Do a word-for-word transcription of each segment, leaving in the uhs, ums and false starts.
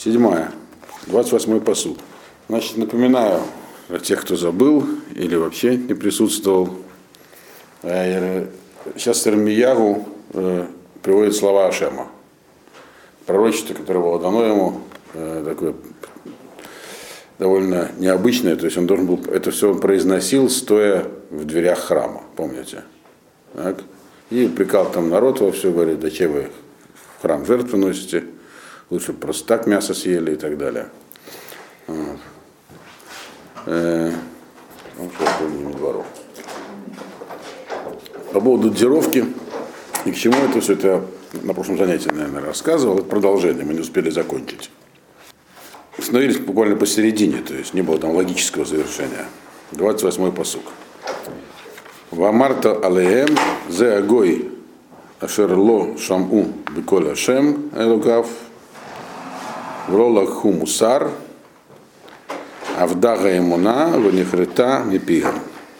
Седьмая. Двадцать восьмой пасук. Значит, напоминаю для тех, кто забыл или вообще не присутствовал. Сейчас Ирмиягу приводит слова Ашема. Пророчество, которое было дано ему, такое довольно необычное. То есть он должен был, это все он произносил, стоя в дверях храма, помните? Так? И упрекал там народ во все, говорит, зачем вы в храм жертвы носите, лучше просто так мясо съели и так далее. Вот. Э, ну, что, двору. По поводу дозировки и к чему это все, это я на прошлом занятии, наверное, рассказывал, это продолжение, мы не успели закончить. Остановились буквально посередине, то есть не было там логического завершения. двадцать восьмой пасук. Вамарта алеем зе агой ашерло шаму беколь ашем элукав вролаху мусар авдага имуна ванихрита мипигам.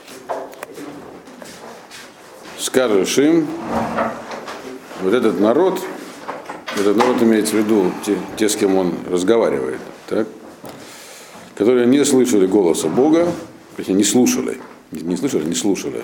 Скажешь им, вот этот народ, этот народ имеется в виду те, те с кем он разговаривает, так, которые не слышали голоса Бога, точнее, не слушали, не, не слышали, не слушали,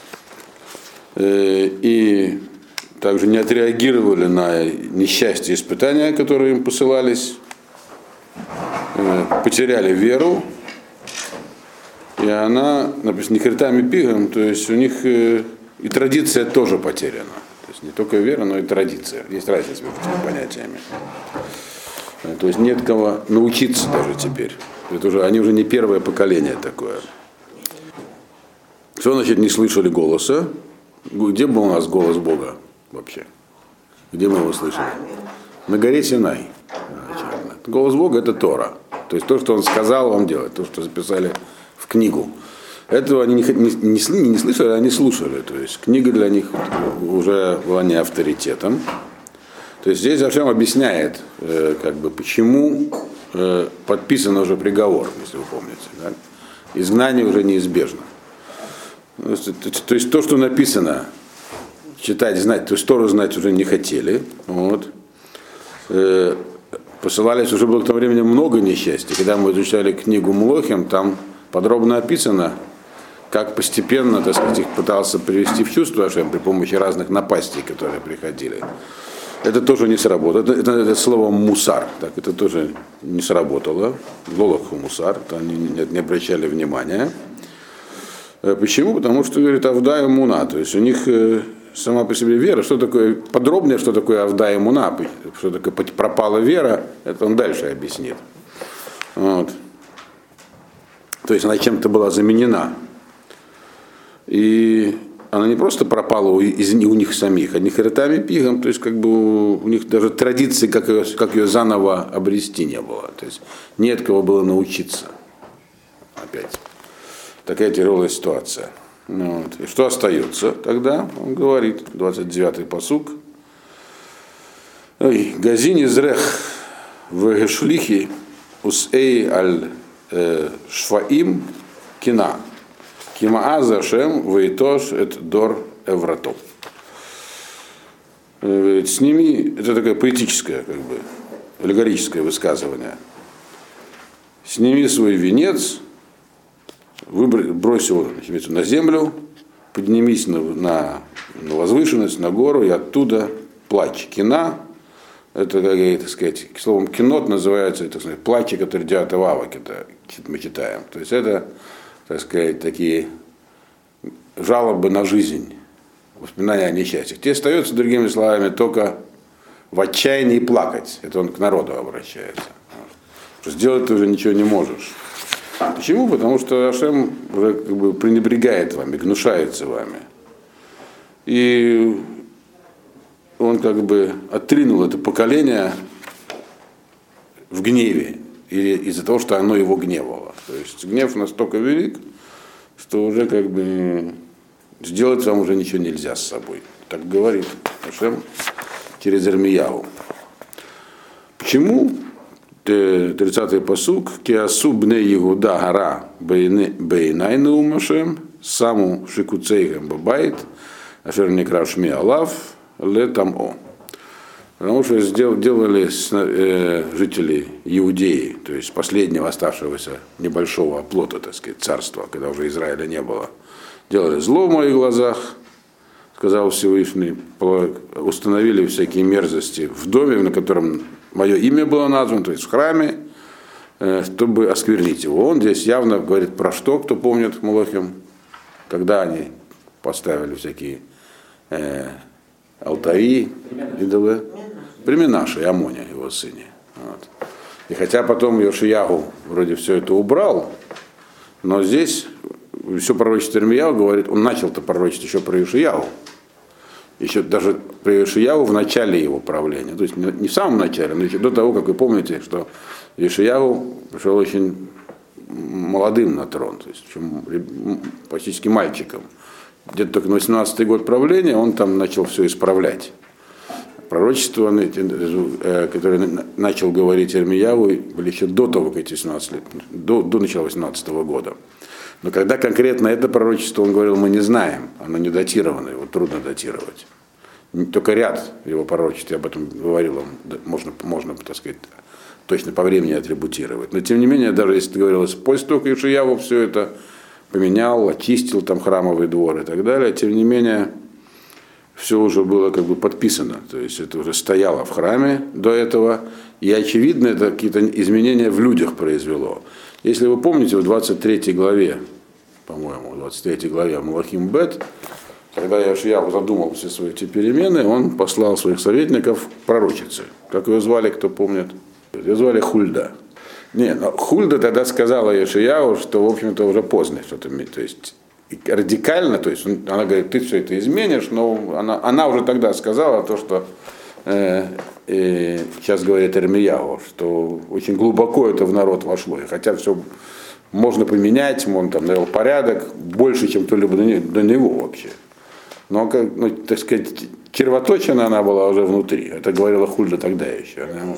э, и также не отреагировали на несчастье и испытания, которые им посылались, э, потеряли веру, и она, написано, нехритами пигом, то есть у них э, и традиция тоже потеряна. То есть не только вера, но и традиция. Есть разница между этими понятиями. То есть нет кого научиться даже теперь. Это уже, они уже не первое поколение такое. Что значит не слышали голоса? Где был у нас голос Бога вообще? Где мы его слышали? На горе Синай. Голос Бога — это Тора. То есть то, что он сказал вам делать, то, что записали в книгу. Этого они не, не, не, не слышали, а они слушали. То есть книга для них уже была не авторитетом. То есть здесь Ашем объясняет, э, как бы, почему э, подписан уже приговор, если вы помните. Да? Изгнание уже неизбежно. То есть, то, то есть то, что написано, читать, знать, то есть Тору знать уже не хотели. Вот. Э, посылались уже было к тому времени много несчастья. Когда мы изучали книгу Млохим, там подробно описано, как постепенно, так сказать, их пытался привести в чувство Ашем при помощи разных напастей, которые приходили. Это тоже не сработало. Это, это, это слово мусар, так, это тоже не сработало. Лолаху мусар, то они не, не обращали внимания. Почему? Потому что, говорит, авда и муна, то есть у них сама по себе вера, что такое, подробнее, что такое авда и муна, что такое пропала вера, это он дальше объяснит. Вот. То есть она чем-то была заменена. И она не просто пропала у, из, у них самих, а нехритами пигом, то есть как бы у них даже традиции, как ее, как ее заново обрести, не было. То есть не от кого было научиться. Опять. Такая тяжелая ситуация. Вот. И что остается тогда? Он говорит, двадцать девятый пасук. Газин изрех в гешлихи усэй аль шваим кина. Кимаа Шем вейтош эт дор эвратов. Сними, это такое поэтическое, как бы, аллегорическое высказывание. Сними свой венец, брось его на землю, поднимись на, на, на возвышенность, на гору, и оттуда плачь. Кина, это, так сказать, словом кинот называется, так сказать, плачи, которые делают ававок, это мы читаем. То есть это, так сказать, такие жалобы на жизнь, воспоминания о несчастьях. Тебе остается, другими словами, только в отчаянии плакать. Это он к народу обращается. Сделать ты уже ничего не можешь. Почему? Потому что Ашем уже как бы пренебрегает вами, гнушается вами. И он как бы отринул это поколение в гневе, или из-за того, что оно его гневало. То есть гнев настолько велик, что уже как бы сделать вам уже ничего нельзя с собой. Так говорит Ашем через Ирмияу. Почему? тридцатый пасук. Киасу бне Иуда гара бейнайну умашем саму шикуцейгам бабайт ашер некрашми алав летам о. Потому что сдел- делали с, э, жители Иудеи, то есть последнего оставшегося небольшого оплота, так сказать, царства, когда уже Израиля не было, делали зло в моих глазах, сказал Всевышний, установили всякие мерзости в доме, на котором мое имя было названо, то есть в храме, чтобы осквернить его. Он здесь явно говорит про что, кто помнит Молохим, когда они поставили всякие э, алтари, идолы, племенаши и Амоня, его сыне. Вот. И хотя потом Йошиягу вроде все это убрал, но здесь все пророчество Ирмияу говорит, он начал-то пророчить еще про Йошиягу, еще даже про Йошиягу в начале его правления, то есть не в самом начале, но еще до того, как вы помните, что Йошиягу пришел очень молодым на трон, то есть практически мальчиком. Где-то только на восемнадцатый год правления он там начал все исправлять. Пророчества, которые начал говорить Ирмияу, были еще до того, как эти семнадцать лет, до, до начала восемнадцатого года. Но когда конкретно это пророчество он говорил, мы не знаем, оно не датировано, его трудно датировать. Только ряд его пророчеств, я об этом говорил, он, можно, можно, так сказать, точно по времени атрибутировать. Но тем не менее, даже если говорилось, после того, как Йошиягу все это поменял, очистил там храмовый двор и так далее, тем не менее, все уже было как бы подписано, то есть это уже стояло в храме до этого, и очевидно, это какие-то изменения в людях произвело. Если вы помните, в двадцать третьей главе, по-моему, в двадцать третьей главе Малахим Бет, когда Йошиягу задумал все свои эти перемены, он послал своих советников пророчице. Как ее звали, кто помнит? Ее звали Хульда. Не, но Хульда тогда сказала Йошиягу, что, в общем-то, уже поздно что-то, то есть радикально, то есть она говорит, ты все это изменишь, но она, она уже тогда сказала то, что э, э, сейчас говорит Ирмияу, что очень глубоко это в народ вошло, и хотя все можно поменять, он там навел порядок, больше, чем кто-либо до, до него вообще. Но, как, ну, так сказать, червоточина она была уже внутри, это говорила Хульда тогда еще. Она,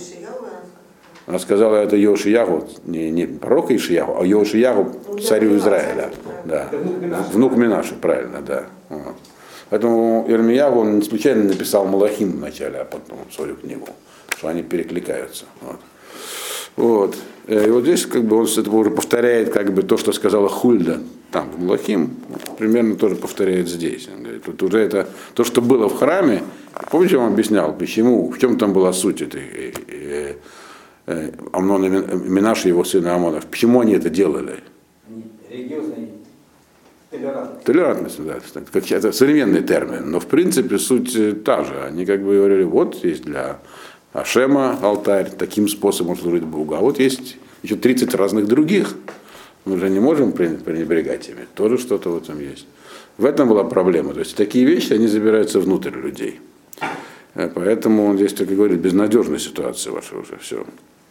она сказала, это Йошиягу, не, не пророк Йошиягу, а Йошиягу царю Израиля. Да. Внук Минаши, правильно, да. Вот. Поэтому Ирмияу, он не случайно написал Малахим вначале, а потом свою книгу, что они перекликаются. Вот. Вот. И вот здесь как бы он это уже повторяет как бы то, что сказала Хульда там в Малахим, примерно тоже повторяет здесь. Он говорит, тут уже это то, что было в храме, помните, я вам объяснял, почему, в чем там была суть этой Амнона Минаши, его сына Амона, почему они это делали? Религиозный толерантность. Толерантность, да, как это современный термин, но в принципе суть та же. Они как бы говорили, вот есть для Ашема алтарь, таким способом служить Богу, а вот есть еще тридцать разных других. Мы же не можем пренебрегать ими, тоже что-то в этом есть. В этом была проблема, то есть такие вещи, они забираются внутрь людей. Поэтому он здесь только говорит, безнадежная ситуация ваша уже, все.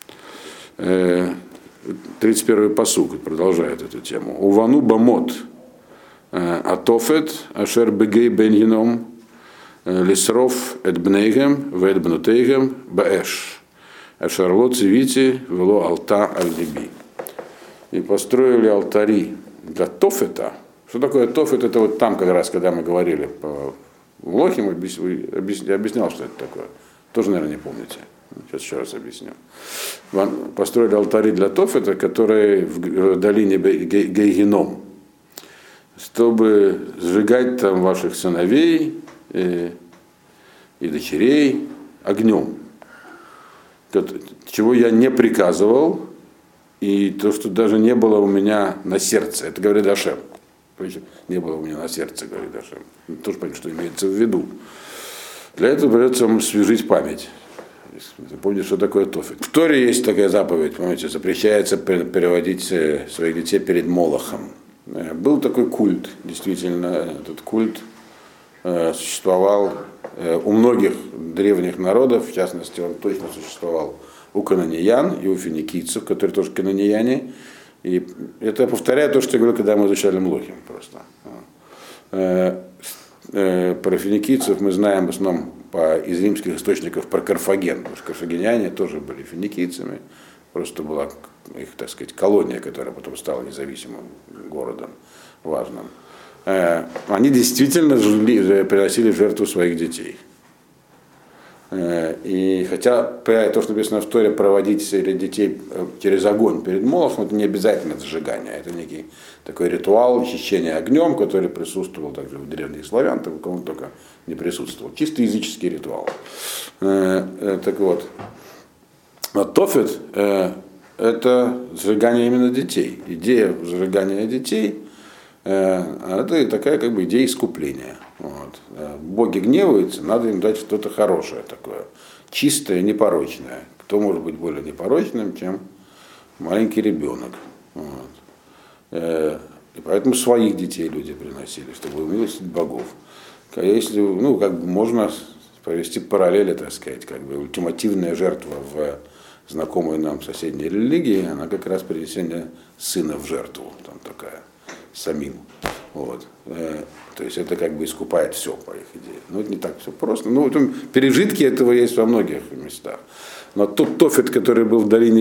тридцать первый пасук продолжает эту тему. Увану бамот атофет ашер бегей бен геном лисров эт бнейгем вэт бнутейгем баэш ашарло цивити вело алта аль-либи. И построили алтари для тофета. Что такое тофет? Это вот там как раз, когда мы говорили по Лохим, объяснял, что это такое. Тоже, наверное, не помните. Сейчас еще раз объясню. Построили алтари для Тофета, которые в долине Гейгеном, чтобы сжигать там ваших сыновей и, и дочерей огнем. Чего я не приказывал, и то, что даже не было у меня на сердце. Это говорит Ашем. Не было у меня на сердце, говорит Ашем. Тоже понятно, что имеется в виду. Для этого придется вам свежить память. Помните, что такое тофет. В Торе есть такая заповедь, помните, запрещается переводить своих детей перед Молохом. Был такой культ, действительно, этот культ существовал у многих древних народов, в частности, он точно существовал у кананеян и у финикийцев, которые тоже кананеяне. И это повторяет то, что я говорил, когда мы изучали Млохим просто. Про финикийцев мы знаем в основном по, из римских источников про Карфаген, потому что карфагеняне тоже были финикийцами, просто была их, так сказать, колония, которая потом стала независимым городом важным. Они действительно жили, приносили в жертву своих детей. И хотя то, что написано в Торе, проводить среди детей через огонь перед Молохом, это не обязательно зажигание, это некий такой ритуал очищения огнем, который присутствовал также у древних славян, у кого он только не присутствовал. Чисто языческий ритуал. Так вот, а Тофет – это зажигание именно детей. Идея зажигания детей – это такая как бы идея искупления. Вот. Боги гневаются, надо им дать что-то хорошее такое, чистое, непорочное. Кто может быть более непорочным, чем маленький ребенок. Вот. И поэтому своих детей люди приносили, чтобы умилостить богов. Если, ну, как бы можно провести параллели, так сказать, как бы ультимативная жертва в знакомой нам соседней религии, она как раз принесение сына в жертву, там такая, самим. Вот. То есть это как бы искупает все по их идее. Но это не так все просто. Ну, вот пережитки этого есть во многих местах. Но тот Тофет, который был в долине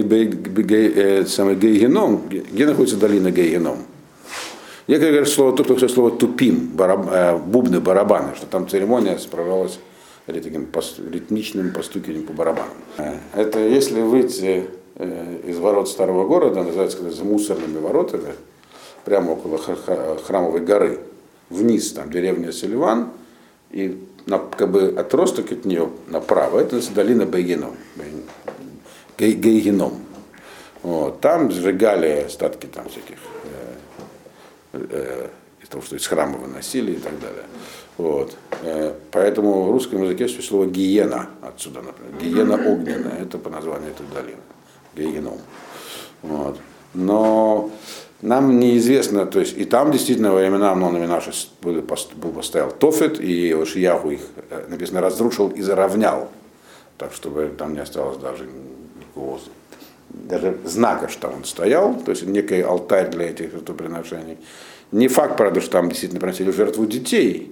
Гей-Геном, где находится долина Гей-Геном? Я говорю слово, только слово тупим, бараб, бубны, барабаны, что там церемония справлялась таким ритмичным постукиванием по барабанам. Это если выйти из ворот старого города, называется когда за мусорными воротами, прямо около храмовой горы, вниз, там деревня Сильван, и на, как бы отросток от нее направо, это долина Гей-Геном. Гей-Геном. Вот. Там сжигали остатки там всяких, э, э, из того, что из храма выносили и так далее. Вот. Э, поэтому в русском языке есть слово гиена отсюда, например. Гиена огненная, это по названию этой долины. Гей-Геном. Вот. Но нам неизвестно, то есть и там действительно во времена Амнона и Минаша был поставил Тофет, и Ошияху их, написано, разрушил и заровнял, так чтобы там не осталось даже никакого, даже знака, что он стоял, то есть некий алтарь для этих жертвоприношений. Не факт, правда, что там действительно приносили в жертву детей,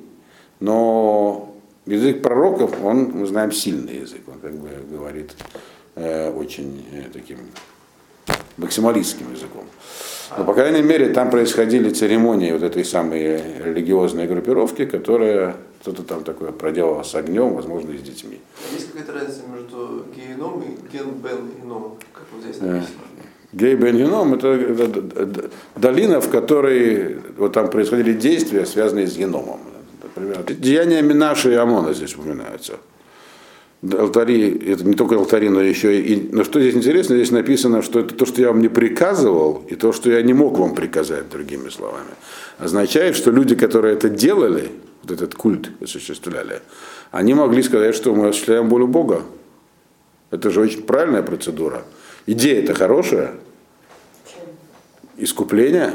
но язык пророков, он, мы знаем, сильный язык, он как бы говорит э, очень э, таким максималистским языком. Но, по крайней мере, там происходили церемонии вот этой самой религиозной группировки, которая что-то там такое проделала с огнем, возможно, и с детьми. Есть какая-то разница между геном и ген-бен-геном, как вот здесь написано? Гей-бен-геном – это, это долина, в которой вот там происходили действия, связанные с геномом. Например, деяния Минаша и Амона здесь упоминаются. Алтари, это не только алтари, но еще и... Но что здесь интересно, здесь написано, что это то, что я вам не приказывал, и то, что я не мог вам приказать, другими словами. Означает, что люди, которые это делали, вот этот культ осуществляли, они могли сказать, что мы осуществляем волю Бога. Это же очень правильная процедура. Идея-то хорошая. Искупление.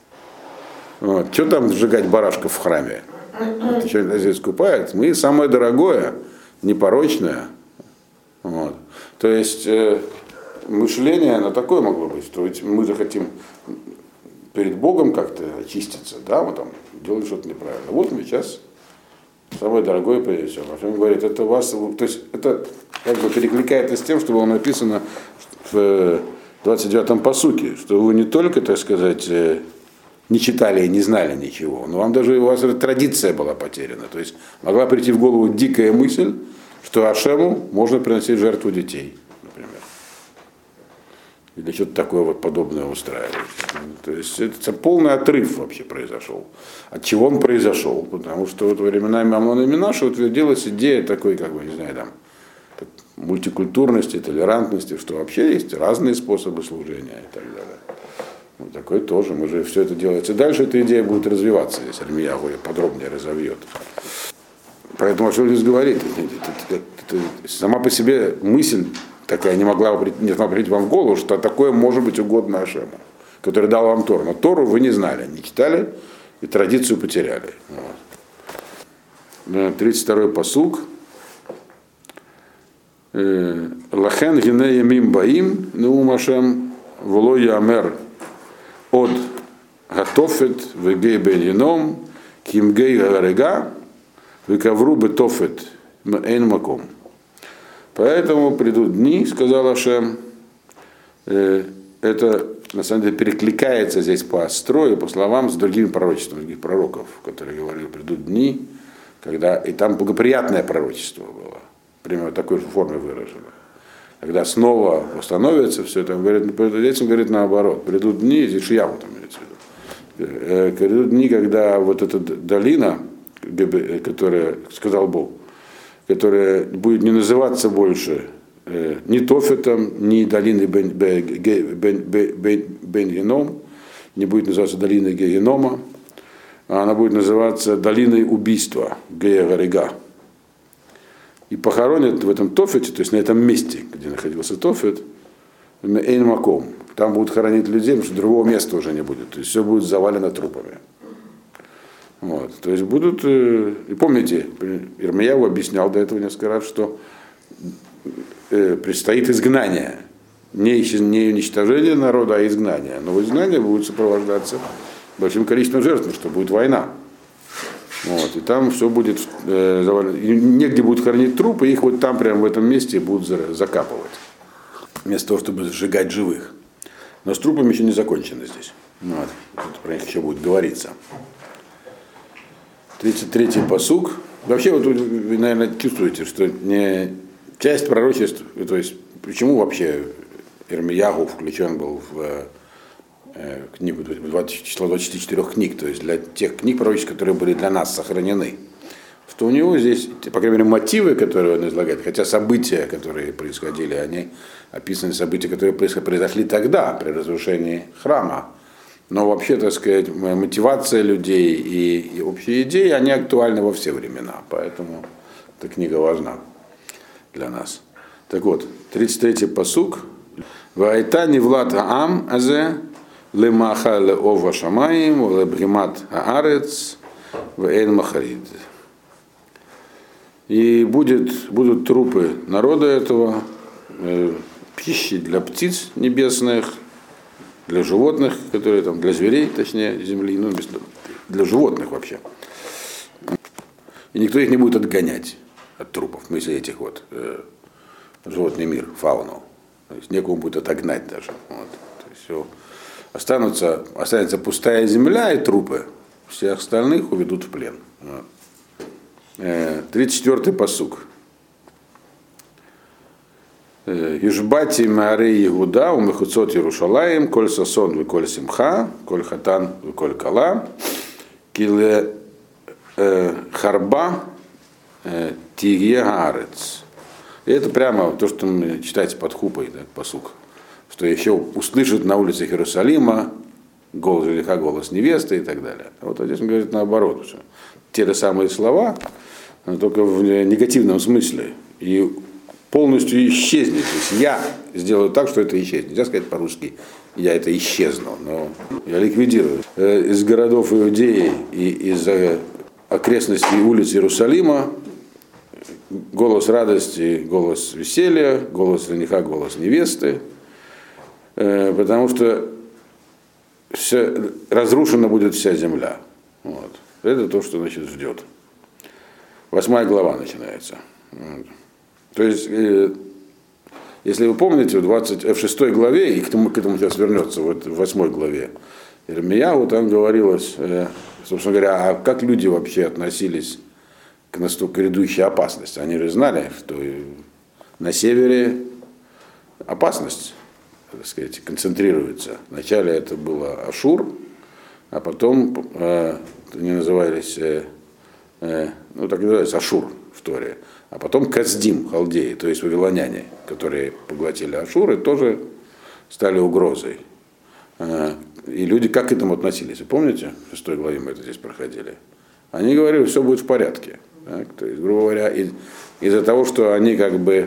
Вот. Что там сжигать барашков в храме? Это что здесь искупает? Мы самое дорогое, непорочное. Вот. То есть э, мышление, оно такое могло быть, что мы захотим перед Богом как-то очиститься, да, мы там делали что-то неправильно. Вот мы сейчас самое дорогое принесем. А он говорит, это вас, то есть это как бы перекликается с тем, что было написано в двадцать девятом пасуке, что вы не только, так сказать, не читали и не знали ничего, но вам даже у вас традиция была потеряна. То есть могла прийти в голову дикая мысль, что Ашему можно приносить жертву детей, например. Или что-то такое вот подобное устраивать. То есть это полный отрыв вообще произошел. От чего он произошел? Потому что вот во времена Амнона и Минаша утвердилась идея такой, как бы, не знаю, там, мультикультурности, толерантности, что вообще есть разные способы служения и так далее. Вот такой тоже. Мы же все это делается. И дальше эта идея будет развиваться, если Армиягу ее подробнее разовьет. Поэтому что здесь говорит? Это, это, это, сама по себе мысль такая не могла, не могла прийти вам в голову, что такое может быть угодно Ашему, который дал вам Тору. Но Тору вы не знали, не читали и традицию потеряли. Вот. тридцать второй пасук. Лахен гине ямим баим неум Ашем вло ямер от гатофет вегей бен-геном кимгей гарега векавру бетофет эйн маком. Поэтому придут дни, сказал Ашем, это на самом деле перекликается здесь по строю, по словам с другими пророчествами, других пророков, которые говорили, придут дни, когда и там благоприятное пророчество было. примерно в такой же форме выражено. Когда снова восстановится все это, говорит, этим говорит наоборот. Придут дни, здесь Ишаяху там имеется в виду, придут дни, когда вот эта долина, которая, сказал Бог, которая будет не называться больше ни Тофетом, ни долиной Бен-Геном, не будет называться долиной Генома, а она будет называться долиной убийства, Гея-Гарига. И похоронят в этом Тофете, то есть на этом месте, где находился Тофет, Эйн-Маком. Там будут хоронить людей, потому что другого места уже не будет. То есть все будет завалено трупами. Вот. То есть будут, и помните, Ирмияу объяснял до этого несколько раз, что предстоит изгнание. Не уничтожение народа, а изгнание. Но изгнание будет сопровождаться большим количеством жертв, что будет война. Вот, и там все будет э, завалено. Негде будут хоронить трупы, их вот там прямо в этом месте будут закапывать. Вместо того, чтобы сжигать живых. Но с трупами еще не закончено здесь. Вот. Про них еще будет говориться. тридцать третий пасук. Вообще, вот вы, наверное, чувствуете, что не часть пророчеств, то есть почему вообще Ирмияху включен был в книгу, число двадцати четырёх книг, то есть для тех книг пророческих, которые были для нас сохранены, что у него здесь, по крайней мере, мотивы, которые он излагает, хотя события, которые происходили, они описаны события, которые произошли тогда, при разрушении храма. Но вообще, так сказать, мотивация людей и, и общие идеи, они актуальны во все времена, поэтому эта книга важна для нас. Так вот, тридцать третий пасук. Вайта невлад аам азе лемаха леова шамаим лебгимат аарец вэйн махарид. И будет, будут трупы народа этого, э, пищи для птиц небесных, для животных, которые там, для зверей, точнее, земли, ну, для животных вообще. И никто их не будет отгонять от трупов, в смысле этих вот э, животный мир, фауну. То есть некому будет отогнать даже. Вот. То есть все. Останутся, останется пустая земля и трупы. Всех остальных уведут в плен. Вот. тридцать четвёртый пасук. Южбати Маары Игуда, Умехуцот Иерушалаим, Коль Сасон, Виколь Симха, Коль Хатан, Виколь Кала, Киле Харба, Тигье Гаарец. И это прямо то, что мы читаете под хупой, так, пасук. Что еще услышат на улицах Иерусалима голос жениха, голос невесты и так далее. А вот здесь он говорит наоборот. Что те же самые слова, но только в негативном смысле. И полностью исчезнет. То есть я сделаю так, что это исчезнет. Нельзя сказать по-русски, я это исчезну, но я ликвидирую. Из городов Иудеи и из окрестностей улиц Иерусалима голос радости, голос веселья, голос жениха, голос невесты. Потому что все, разрушена будет вся земля. Вот. Это то, что, значит, ждет. Восьмая глава начинается. Вот. То есть, э, если вы помните, в, двадцать, в шестой главе, и к этому, к этому сейчас вернется, вот в восьмой главе Ирмияу, там говорилось, э, собственно говоря, а как люди вообще относились к наступ, грядущей опасности. Они же знали, что на севере опасность, так сказать, концентрируется. Вначале это было Ашур, а потом э, они назывались, э, э, ну так называется, Ашур в Торе. А потом Каздим, халдеи, то есть вавилоняне, которые поглотили Ашур и тоже стали угрозой. Э, и люди как к этому относились? Вы помните, в шестой главе мы это здесь проходили? Они говорили, все будет в порядке. Так? То есть, грубо говоря, из- из-за того, что они как бы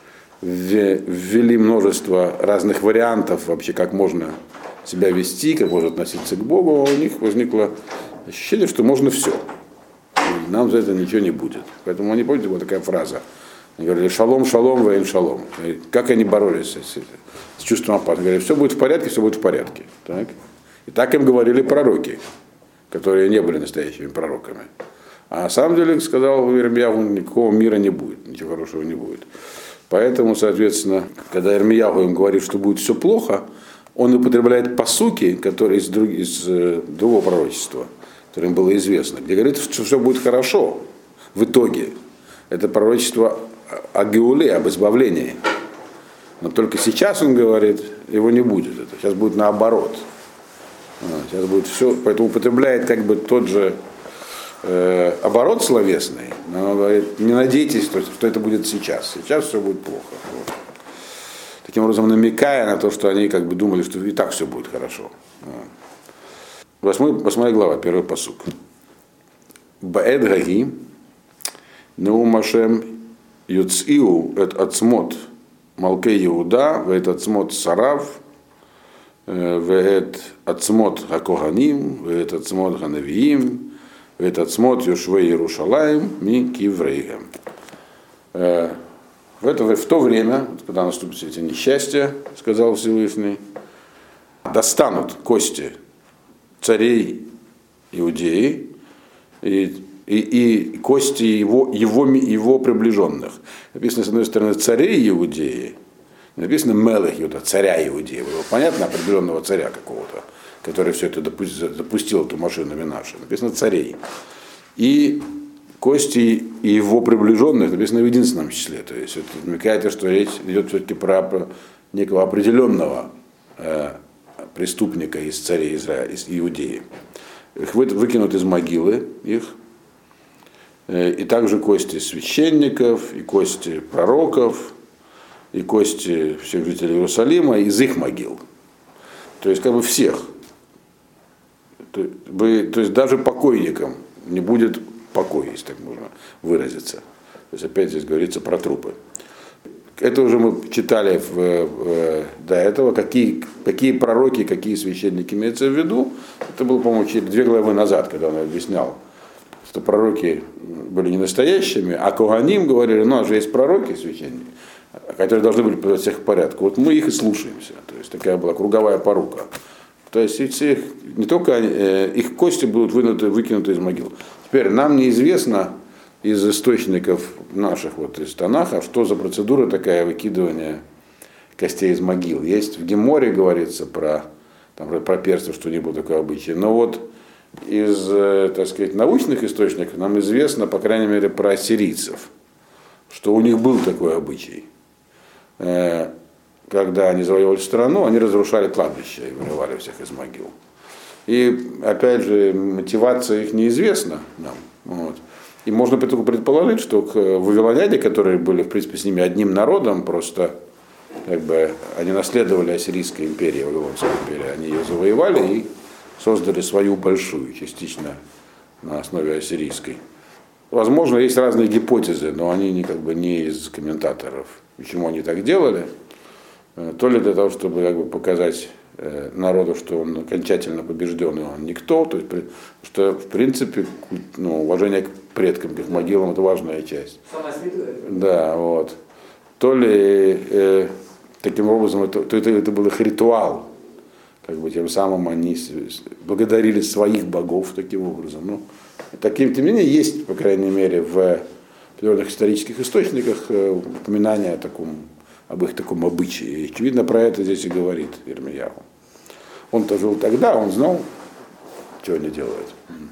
ввели множество разных вариантов вообще, как можно себя вести, как можно относиться к Богу, у них возникло ощущение, что можно все. И нам за это ничего не будет. Поэтому они, помните, вот такая фраза. Они говорили, шалом, шалом, воин шалом. И как они боролись с, с чувством опасности. Говорили, все будет в порядке, все будет в порядке. Так? И так им говорили пророки, которые не были настоящими пророками. А на самом деле, сказал Ирмияху, никакого мира не будет, ничего хорошего не будет. Поэтому, соответственно, когда Ирмияху им говорит, что будет все плохо, он употребляет пасуки, которые из, друг, из э, другого пророчества, которое им было известно, где говорит, что все будет хорошо в итоге. Это пророчество о Геуле, об избавлении. Но только сейчас он говорит, его не будет. Это сейчас будет наоборот. Сейчас будет все, поэтому употребляет как бы тот же э, оборот словесный, но он говорит, не надейтесь, что, что это будет сейчас. Сейчас все будет плохо. Вот. Таким образом, намекая на то, что они как бы думали, что и так все будет хорошо. Восьмой, восьмая глава, первый пасук. Баэд гаги, неумашем юциу эт ацмот малке Иуда, вэт ацмот сарав, вэт ацмот хакоганим, вэт ацмот ганавиим, вэт ацмот юшве Иерушалаим, ми киврейгем. В, это, в то время, когда наступят эти несчастья, сказал Всевышний, достанут кости царей Иудеи и, и, и кости его, его, его приближенных. Написано, с одной стороны, царей Иудеи, написано Мелех Иуда, царя Иудеи. Понятно, определенного царя какого-то, который все это допустил, допустил эту машину Минаша. Написано царей. И кости и его приближенных написано в единственном числе. То есть это намекает, что речь идет все-таки про некого определенного э, преступника из царей Израиля, из Иудеи. Их выкинут из могилы, их, э, и также кости священников, и кости пророков, и кости всех жителей Иерусалима из их могил. То есть как бы всех. То, то есть даже покойникам не будет покой, если так можно выразиться. То есть опять здесь говорится про трупы. Это уже мы читали в, в, до этого, какие, какие пророки, какие священники имеются в виду. Это было, по-моему, две главы назад, когда он объяснял, что пророки были не настоящими, а коганим говорили, ну, у нас же есть пророки, священники, которые должны были приводить всех в порядок. Вот мы их и слушаемся. То есть такая была круговая порука. То есть их, не только э, их кости будут вынуты, выкинуты из могил. Теперь нам неизвестно из источников наших, вот из Танаха, что за процедура такая выкидывания костей из могил. Есть в Геморе говорится про, там, про персов, что не было такой обычай. Но вот из, э, так сказать, научных источников нам известно, по крайней мере, про ассирийцев, что у них был такой обычай. Э, когда они завоевали страну, они разрушали кладбища и вырывали всех из могил. И, опять же, мотивация их неизвестна нам. Вот. И можно только предположить, что вавилоняне, которые были, в принципе, с ними одним народом, просто как бы они наследовали Ассирийской империи, Вавилонской империи, они ее завоевали и создали свою большую, частично на основе ассирийской. Возможно, есть разные гипотезы, но они не, как бы, не из комментаторов, почему они так делали. То ли для того, чтобы как бы, показать э, народу, что он окончательно побежден, и он никто, то есть, что в принципе ну, уважение к предкам, к их могилам, это важная часть. Самое святое. Да, вот. То ли э, таким образом, это, то это, это был их ритуал, как бы тем самым они благодарили своих богов таким образом. Ну, таким, тем не менее, есть, по крайней мере, в определенных исторических источниках э, упоминания о таком, об их таком обычае. И, очевидно, про это здесь и говорит Ирмияху. Он-то жил тогда, он знал, что они делают.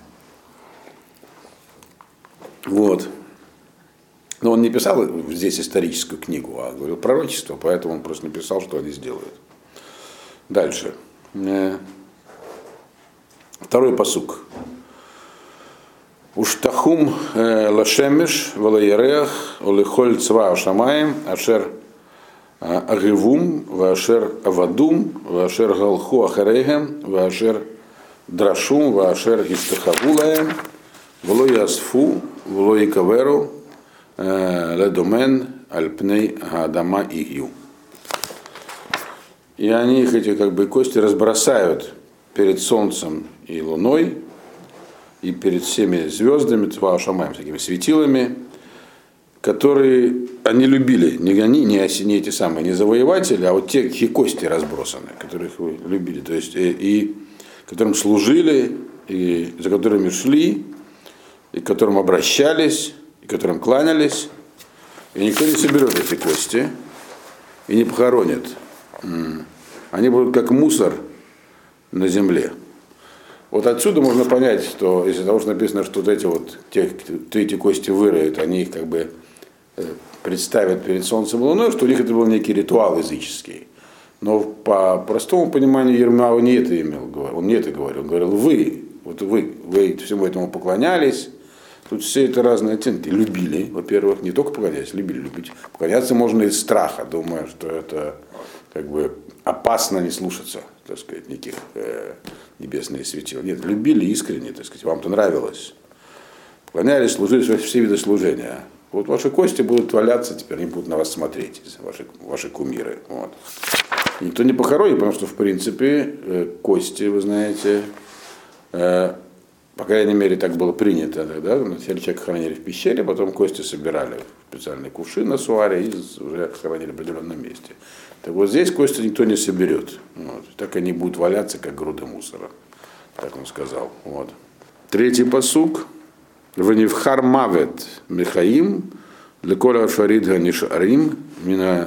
Вот. Но он не писал здесь историческую книгу, а говорил пророчество, поэтому он просто написал, что они сделают. Дальше. Второй пасук. Уштахум лашемеш валаереах олихоль цва ашамаем ашер агивум вашер авадум вашер галху ахарейгем вашер драшум вашер истахавулаем вло ясфу вло икаверу ледомен альпней гадама игью. И они их эти как бы кости разбросают перед солнцем и луной, и перед всеми звездами, Цва Шамаем, такими светилами, которые они любили, не они, не, не эти самые, не завоеватели, а вот те, чьи кости разбросаны, которых вы любили, то есть и, и которым служили, и за которыми шли, и к которым обращались, и которым кланялись, и никто не соберет эти кости и не похоронит. Они будут как мусор на земле. Вот отсюда можно понять, что из-за того, что написано, что вот эти вот те, кто эти кости выроют, они их как бы представят перед солнцем и луной, что у них это был некий ритуал языческий. Но по простому пониманию Ермияу не это имел, он не это говорил, он говорил, вы, вот вы, вы всему этому поклонялись, тут все это разные оттенки, любили, во-первых, не только поклонялись, любили, любить. Поклоняться можно из страха, думая, что это как бы опасно не слушаться, так сказать, никаких э, небесных светил. Нет, любили искренне, так сказать, вам-то нравилось. Поклонялись, служили все виды служения. Вот ваши кости будут валяться, теперь они будут на вас смотреть, ваши, ваши кумиры. Вот. Никто не похоронит, потому что, в принципе, э, кости, вы знаете, э, по крайней мере, так было принято тогда. Вначале человека хоронили в пещере, потом кости собирали в специальный кувшин на суаре и уже хоронили в определенном месте. Так вот здесь кости никто не соберет. Вот. Так они будут валяться, как груды мусора. Так он сказал. Вот. Третий пасук. Ванивхар мавет Михаим, леколя шаридга нишарим, мина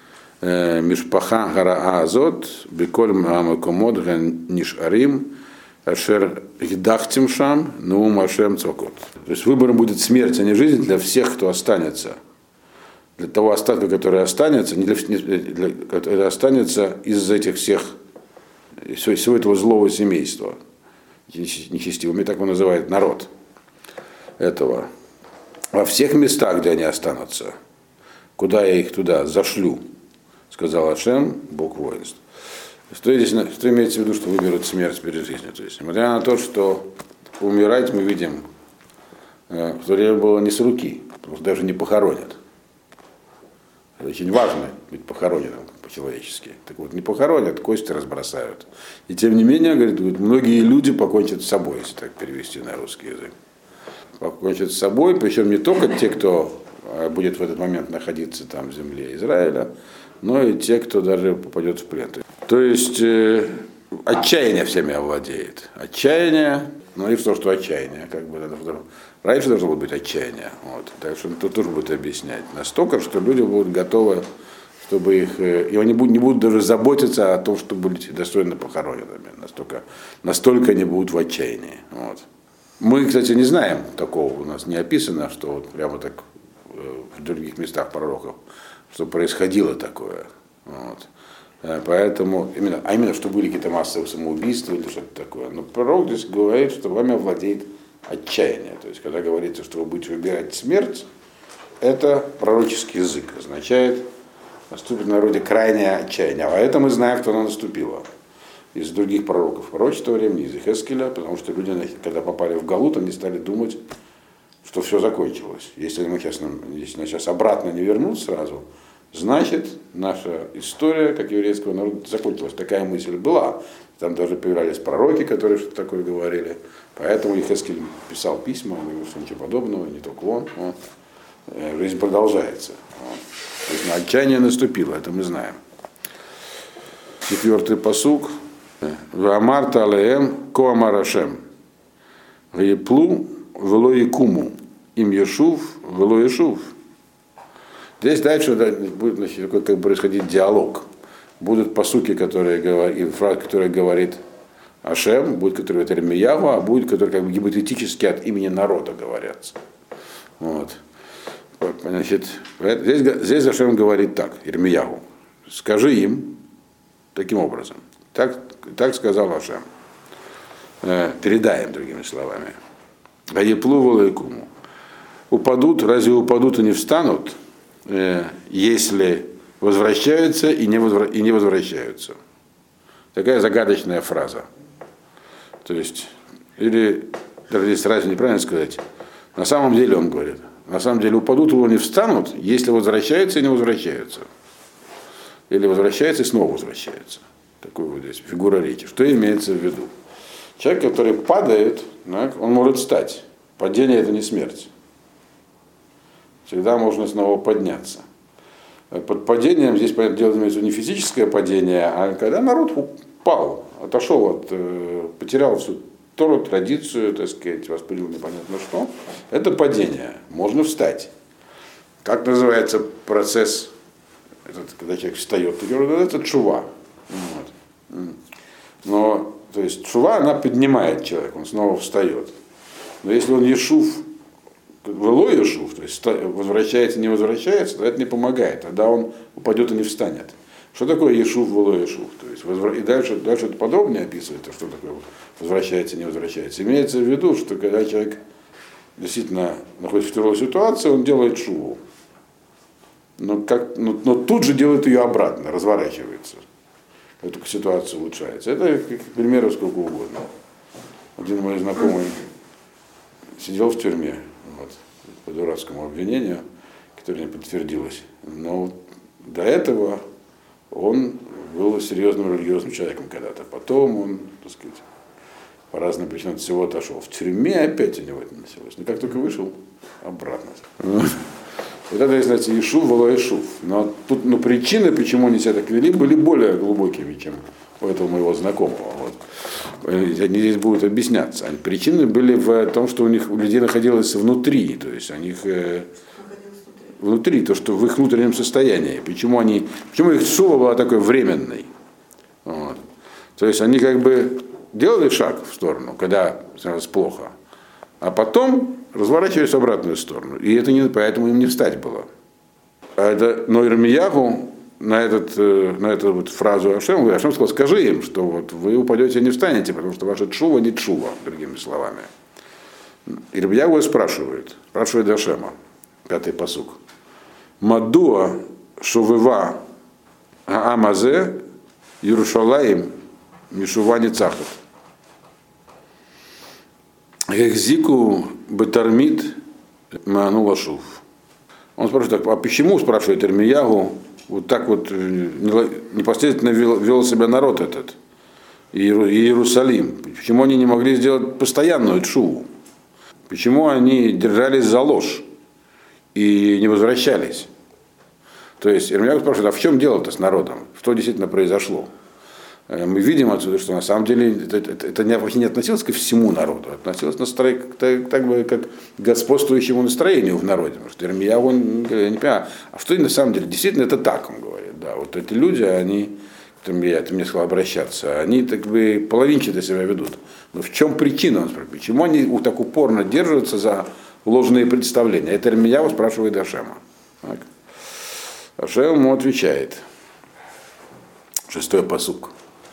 мишпаха гараа азот, беколь маамакомод нишарим, ашер гидахтим шам, наум ашем цвакот. То есть выбором будет смерть, а не жизнь для всех, кто останется. Для того остатка, который останется, не для, не для, который останется из этих всех, всего этого злого семейства, нечестивыми, так он называет народ этого, во всех местах, где они останутся, куда я их туда зашлю, сказал Ашем, Бог воинств. Что, здесь, что имеется в виду, что выберут смерть перед жизнью? То есть, несмотря на то, что умирать мы видим, в то время было не с руки, потому что даже не похоронят. Это очень важно быть похороненным по-человечески. Так вот, не похоронят, кости разбросают. И тем не менее, говорит, многие люди покончат с собой, если так перевести на русский язык. Покончат с собой, причем не только те, кто будет в этот момент находиться там в земле Израиля, но и те, кто даже попадет в плен. То есть э, отчаяние всеми овладеет. Отчаяние, ну и что, что отчаяние, как бы раньше должно быть отчаяние. Вот. Так что тут тоже будет объяснять. Настолько, что люди будут готовы, чтобы их. И они будут, не будут даже заботиться о том, чтобы быть достойно похороненными. Настолько, настолько они будут в отчаянии. Вот. Мы, кстати, не знаем такого, у нас не описано, что вот прямо так в других местах пророков, что происходило такое. Вот. Поэтому, именно, а именно, что были какие-то массовые самоубийства или что-то такое. Но пророк здесь говорит, что вами овладеет отчаяние. То есть, когда говорится, что вы будете выбирать смерть, это пророческий язык. Означает, наступит в народе крайнее отчаяние. А это мы знаем, кто оно наступило. Из других пророков пророчества времени, из Ихескеля, потому что люди, когда попали в Галут, они стали думать, что все закончилось. Если мы сейчас, если мы сейчас обратно не вернут сразу, значит, наша история, как еврейского народа, закончилась. Такая мысль была. Там даже появлялись пророки, которые что-то такое говорили. Поэтому Ихескель писал письма, он говорил, что ничего подобного, не только он. Вот. Жизнь продолжается. Вот. То есть на отчаяние наступило, это мы знаем. Четвертый пасук. Ваамарта алеем коамар Ашем. Гаеплу вело якуму. Им ешув вело ешув. Здесь дальше будет, значит, как бы происходить диалог. Будут пасуки, которые говорит, фразы, которые говорит Ашем, будет, который говорит Ирмияу, а будет, которые как бы гипотетически от имени народа говорятся. Вот. Значит, здесь, здесь Ашем говорит так, Ирмияу, скажи им таким образом. Так, так сказал Ашем. Э, передай им, другими словами. Гаеплу вело упадут, разве упадут и не встанут, э, если возвращаются и не, возвра... и не возвращаются. Такая загадочная фраза. То есть, или, даже здесь разве неправильно сказать, на самом деле он говорит, на самом деле упадут и не встанут, если возвращаются и не возвращаются. Или возвращаются и снова возвращаются. Такой вот здесь фигура речи. Что имеется в виду? Человек, который падает, он может встать. Падение — это не смерть. Всегда можно снова подняться. Под падением здесь, понятное дело, имеется не физическое падение, а когда народ упал, отошел от, потерял всю Тору, традицию, так сказать, воспринял непонятно что, это падение. Можно встать. Как называется процесс, этот, когда человек встает? Это тшува. Вот. Но, то есть, тшува, она поднимает человека, он снова встает. Но если он ешув, вело Ешув, то есть возвращается, не возвращается, то это не помогает, тогда он упадет и не встанет. Что такое Ешув, вело Ешув? То есть возвра... И дальше, дальше это подробнее описывается, что такое возвращается, не возвращается. Имеется в виду, что когда человек действительно находится в тяжелой ситуации, он делает шуву. Но, как, но, но тут же делает ее обратно, разворачивается. Как только ситуация улучшается. Это, к примеру, сколько угодно. Один мой знакомый сидел в тюрьме вот, по дурацкому обвинению, которое не подтвердилось. Но до этого он был серьезным религиозным человеком когда-то. Потом он, так сказать, по разным причинам от всего отошел. В тюрьме опять у него это началось. Но как только вышел, обратно. Вот это, знаете, Ешув, вело Ешув. Но тут ну, причины, почему они себя так вели, были более глубокими, чем у этого моего знакомого. Вот. Они здесь будут объясняться. Причины были в том, что у них у людей находилось внутри, то есть у них э, внутри, то, что в их внутреннем состоянии. Почему они, почему их шува была такой временной. Вот. То есть они как бы делали шаг в сторону, когда становилось плохо, а потом разворачивались в обратную сторону. И это не, поэтому им не встать было. А это, но Ирмиягу на, этот, на эту вот фразу Ашем, Ашем сказал, скажи им, что вот вы упадете и не встанете, потому что ваша тшува не тшува, другими словами. Ирмиягу спрашивает, спрашивает Ашема, пятый пасук. Мадуа шувыва аамазе Yerushalayim мишува ницахат. Эхзику бетармит ману лашув. Он спрашивает, так, а почему, спрашивает Ирмиягу, вот так вот непосредственно вел, вел себя народ этот, Иерусалим? Почему они не могли сделать постоянную тшуву? Почему они держались за ложь и не возвращались? То есть Ирмиягу спрашивает, а в чем дело-то с народом? Что действительно произошло? Мы видим отсюда, что на самом деле это, это, это вообще не относилось ко всему народу, относилось настро... так, так бы, как к господствующему настроению в народе. Потому что Ирмиягу, он я не понимаю, а что на самом деле? Действительно это так, он говорит. Да, вот эти люди, они, к которым я, ты мне сказал обращаться, они так бы половинчато себя ведут. Но в чем причина, он спрашивает, почему они так упорно держатся за ложные представления? Это Ирмиягу спрашивает Ашема. Так. Ашем ему отвечает. Шестой пасук.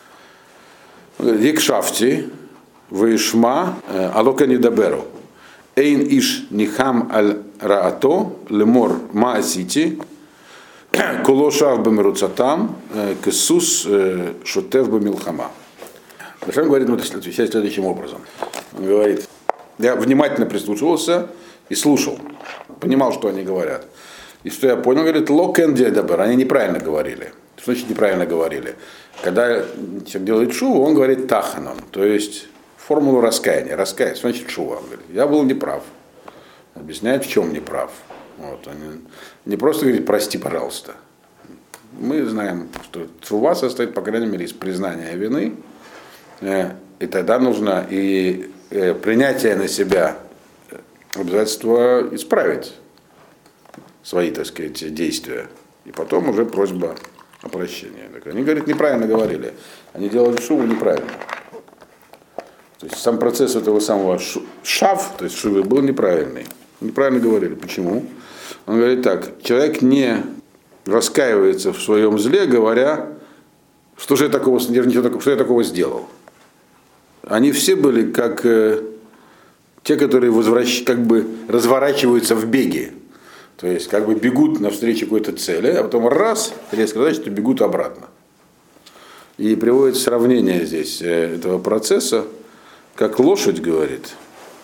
Екшафти, вишма, алока недаберу. Эйн иш нихам аль раато, лемор маасити, кулошав бемеруцатам, кесус шотев бемилхама. Ашем говорит, ну, отвечает следующим образом. Он говорит, я внимательно прислушивался и слушал, понимал, что они говорят. И что я понял, говорит, локен дедабер, они неправильно говорили. Что значит неправильно говорили? Когда человек делает шуву, он говорит таханон, то есть формулу раскаяния. Раскаяния, значит шува. Он говорит, я был неправ. Объясняет, в чем неправ. Вот, он не просто говорит, прости, пожалуйста. Мы знаем, что шува состоит, по крайней мере, из признания вины. И тогда нужно и принятие на себя обязательства исправить свои, так сказать, действия. И потом уже просьба о прощении. Так они, говорит, неправильно говорили. Они делали шуву неправильно. То есть сам процесс этого самого шав, то есть шувы, был неправильный. Неправильно говорили. Почему? Он говорит так, человек не раскаивается в своем зле, говоря, что же я такого, что я такого сделал. Они все были как э, те, которые возвращ, как бы разворачиваются в беге. То есть как бы бегут навстречу какой-то цели, а потом раз, резко значит, бегут обратно. И приводит сравнение здесь этого процесса, как лошадь, говорит,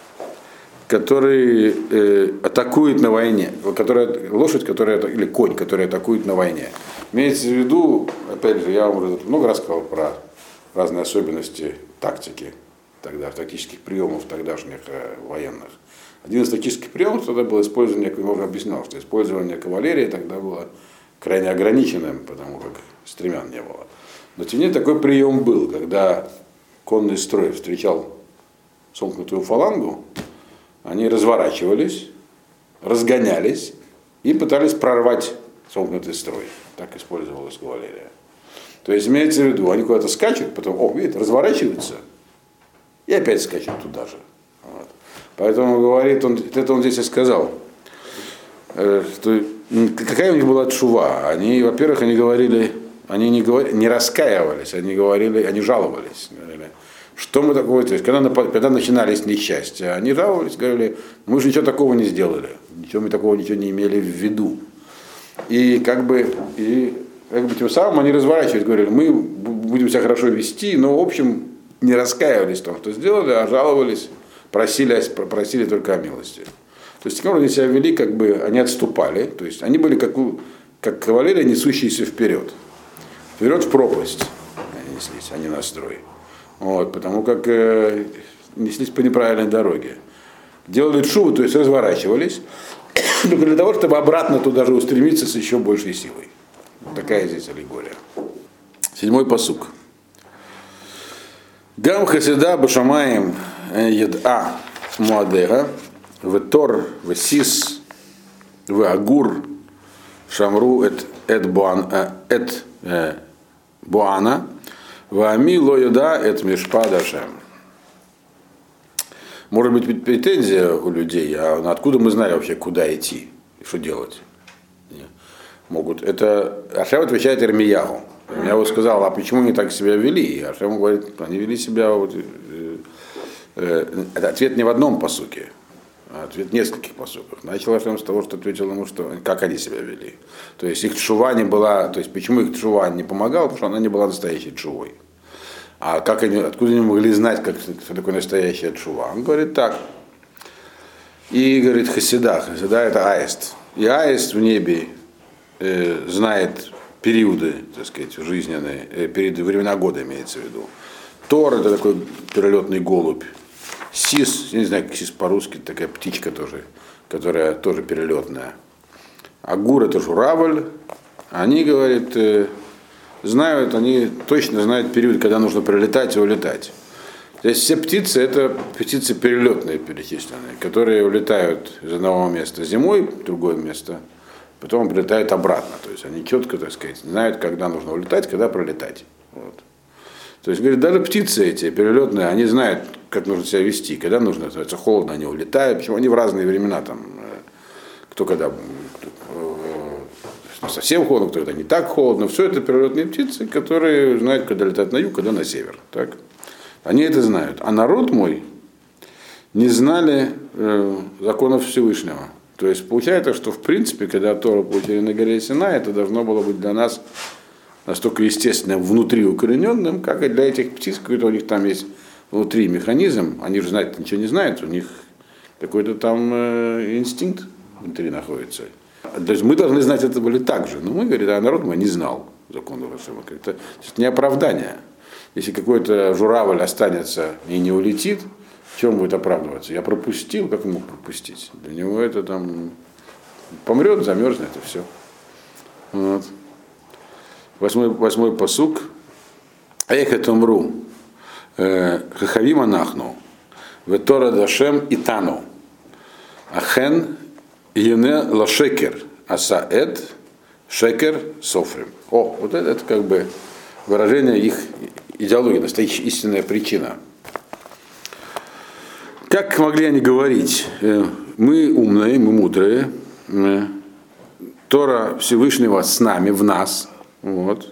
который э, атакует на войне, которая, лошадь, которая, или конь, который атакует на войне. Имеется в виду, опять же, я вам уже много рассказал про разные особенности тактики, тогда, тактических приемов тогдашних э, военных. Один из тактических приемов тогда было использование, как я уже объяснял, что использование кавалерии тогда было крайне ограниченным, потому как стремян не было. Но тем не менее такой прием был, когда конный строй встречал сомкнутую фалангу, они разворачивались, разгонялись и пытались прорвать сомкнутый строй. Так использовалась кавалерия. То есть имеется в виду, они куда-то скачут, потом, о, видите, разворачиваются и опять скачут туда же. Вот. Поэтому говорит, он, это он здесь и сказал, что какая у них была тшува. Они, во-первых, они говорили, они не, говорили, не раскаивались, они говорили, они жаловались. Говорили, что мы такое, то есть, когда, когда начинались несчастья, они жаловались, говорили, мы же ничего такого не сделали, ничего мы такого ничего не имели в виду. И как бы, и, как бы тем самым они разворачивались, говорили, мы будем себя хорошо вести, но в общем не раскаивались в том, что сделали, а жаловались, просили, просили только о милости. То есть, когда они себя вели, как бы они отступали, то есть они были как, как кавалерия, несущиеся вперед. Вперед в пропасть они неслись, а не на строй. Вот, потому как э, неслись по неправильной дороге. Делали тшуву, то есть разворачивались, только для того, чтобы обратно туда же устремиться с еще большей силой. Вот такая здесь аллегория. Седьмой пасук. Гам хасида башамаем еда муадега в тор в сис в агур шамру эт эт буан эт буана в ами ло еда эт мишпад ашем. Может быть претензия у людей, а откуда мы знали вообще, куда идти, что делать? Могут. Это Ашем отвечает Ирмияху. Ирмияху сказал, а почему они так себя вели? И Ашем говорит, они вели себя. Вот, э, э, это ответ не в одном пасуке, а ответ в нескольких пасуках. Начал Ашем с того, что ответил ему, что как они себя вели. То есть их тшува не была, то есть почему их тшува не помогала, потому что она не была настоящей тшувой. А как они, откуда они могли знать, как, что такое настоящая тшува? Он говорит так. И говорит хасида. Хасида это аист. И аист в небе э, знает периоды, так сказать, жизненные, э, периоды, времена года имеется в виду. Тор это такой перелетный голубь. Сис, я не знаю, как сис по-русски, такая птичка тоже, которая тоже перелетная. Агур это журавль. Они, говорит, э, знают, они точно знают период, когда нужно прилетать и улетать. То есть все птицы это птицы перелетные перечисленные, которые улетают из одного места зимой в другое место, потом прилетают обратно. То есть они четко, так сказать, знают, когда нужно улетать, когда пролетать. Вот. То есть, говорит, даже птицы эти перелетные, они знают, как нужно себя вести, когда нужно, называется, холодно, они улетают, почему они в разные времена там, кто когда. Совсем холодно, кто-то не так холодно. Все это перелетные птицы, которые знают, когда летать на юг, когда на север. Так? Они это знают. А народ мой не знали э, законов Всевышнего. То есть получается, что в принципе, когда Тору получили на горе Синай, это должно было быть для нас настолько естественным, внутри укорененным, как и для этих птиц, какой-то у них там есть внутри механизм. Они же знают, ничего не знают, у них какой-то там э, инстинкт внутри находится. То есть мы должны знать, это были так же. Но мы, говорим, а народ мой не знал законов Ашема. Это, это не оправдание. Если какой-то журавль останется и не улетит, в чем будет оправдываться? Я пропустил, как он мог пропустить? Для него это там помрет, замерзнет и все. Вот. Восьмой, восьмой пасук. Эхет умру. Хахавима нахну. Ветора дашем итану. Ахен Ене лашекер асаэд шекер софрим. О, вот это, это как бы выражение их идеологии, настоящая истинная причина. Как могли они говорить? Мы умные, мы мудрые. Тора Всевышнего с нами, в нас. Вот.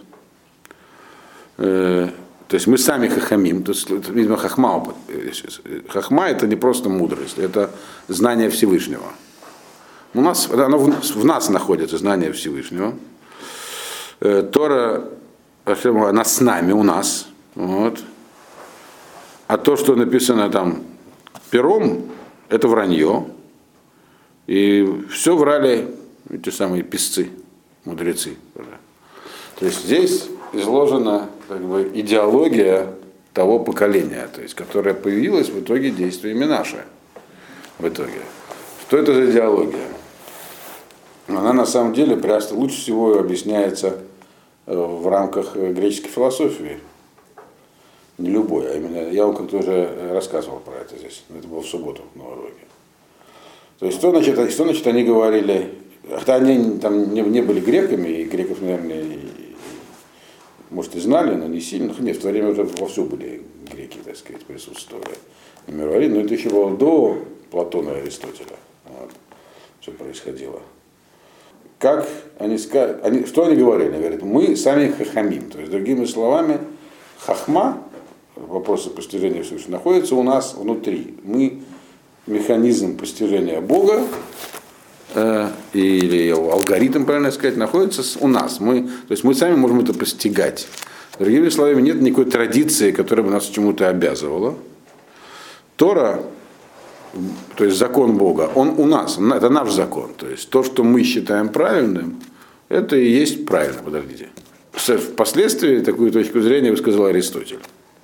То есть мы сами хахамим. То есть, видимо, хахма. Хахма это не просто мудрость, это знание Всевышнего. У нас, оно в, в нас находится знание Всевышнего. Э, Тора, она с нами, у нас. Вот. А то, что написано там пером, это вранье. И все врали эти самые писцы, мудрецы. То есть здесь изложена как бы идеология того поколения, то есть, которое появилось в итоге действиями наши. В итоге. Что это за идеология? Она на самом деле просто лучше всего объясняется в рамках греческой философии. Не любой, а именно, я вам как-то уже рассказывал про это здесь, это было в субботу на уроке. То есть, что значит, что значит они говорили, хотя они там не, не были греками, и греков, наверное, и, может, и знали, но не сильно, нет, в то время уже вовсю были греки, так сказать, присутствовали. Но это еще было до Платона и Аристотеля. Вот, что происходило. Как они сказали, они, что они говорили? Они говорят, мы сами хахамим. То есть, другими словами, хахма, вопросы постижения Всевышнего, находятся у нас внутри. Мы механизм постижения Бога, э, или алгоритм, правильно сказать, находится у нас. Мы, то есть мы сами можем это постигать. Другими словами, нет никакой традиции, которая бы нас к чему-то обязывала. Тора, то есть закон Бога, он у нас, это наш закон. То есть то, что мы считаем правильным, это и есть правильно, подождите. Впоследствии такую точку зрения высказал Аристотель.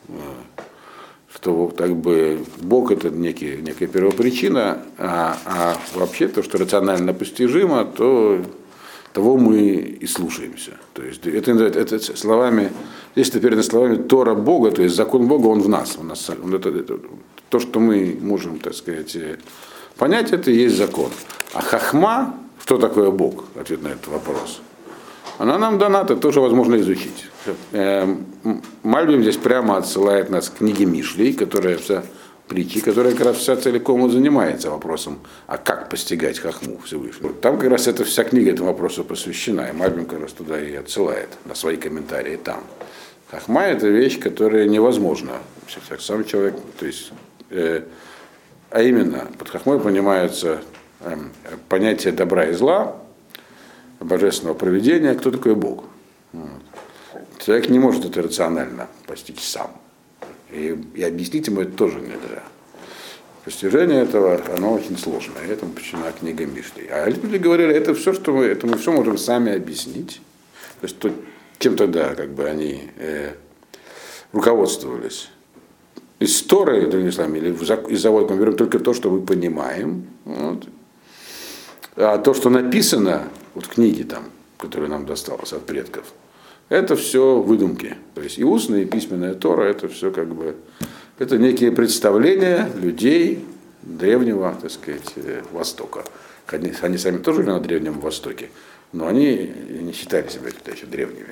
Что как бы Бог это некий, некая первопричина, а, а вообще то, что рационально постижимо, то того мы и слушаемся. То есть это, это словами, здесь теперь словами Тора Бога, то есть закон Бога, он в нас. У нас он это, это, то, что мы можем, так сказать, понять, это и есть закон. А хахма, что такое Бог? Ответ на этот вопрос. Она нам дана, это тоже возможно изучить. Мальбим здесь прямо отсылает нас к книге Мишлей, которая вся притчи, которая как раз вся целиком и занимается вопросом, а как постигать хахму Всевышнего. Там как раз эта вся книга этому вопросу посвящена, и Мальбим как раз туда и отсылает, на свои комментарии там. Хахма — это вещь, которая невозможна. Сам человек, то есть, э, а именно, под хахмой понимается э, понятие добра и зла, божественного провидения, кто такой Бог. Вот. Человек не может это рационально постичь сам. И, и объяснить ему это тоже нельзя. Постижение этого, оно очень сложное. Этому посвящена книга Мишлей. А люди говорили, это все, что мы, это мы все можем сами объяснить. То есть то, чем тогда как бы они э, руководствовались. Из Торы, другими словами, или из завода мы берем только то, что мы понимаем. Вот. А то, что написано вот в книге, там, которая нам досталась от предков, это все выдумки. То есть и устная, и письменная Тора, это все как бы, это некие представления людей древнего, так сказать, Востока. Они, они сами тоже жили на Древнем Востоке, но они не считали себя тогда еще древними.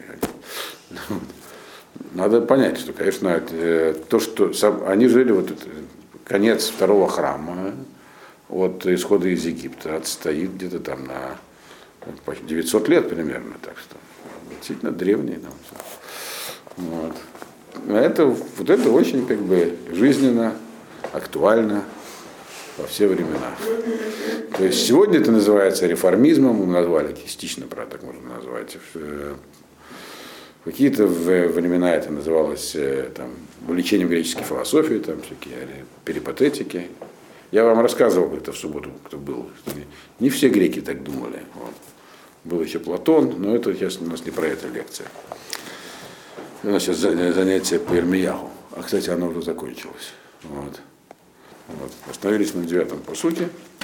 Надо понять, что, конечно, то, что они жили, вот это, конец второго храма, от исхода из Египта отстоит где-то там на девятьсот лет примерно, так что действительно древний. Там, вот. Это, вот это очень как бы жизненно, актуально во все времена. То есть сегодня это называется реформизмом, мы назвали частично, правда, так можно назвать. В какие-то времена это называлось там, увлечением греческой философии, там всякие перипатетики. Я вам рассказывал это в субботу, кто был. Что не, не все греки так думали. Вот. Был еще Платон, но это сейчас у нас не про это лекция. У нас сейчас занятие по Ирмияху. А, кстати, оно уже закончилось. Вот. Вот. Остановились на девятом посуке.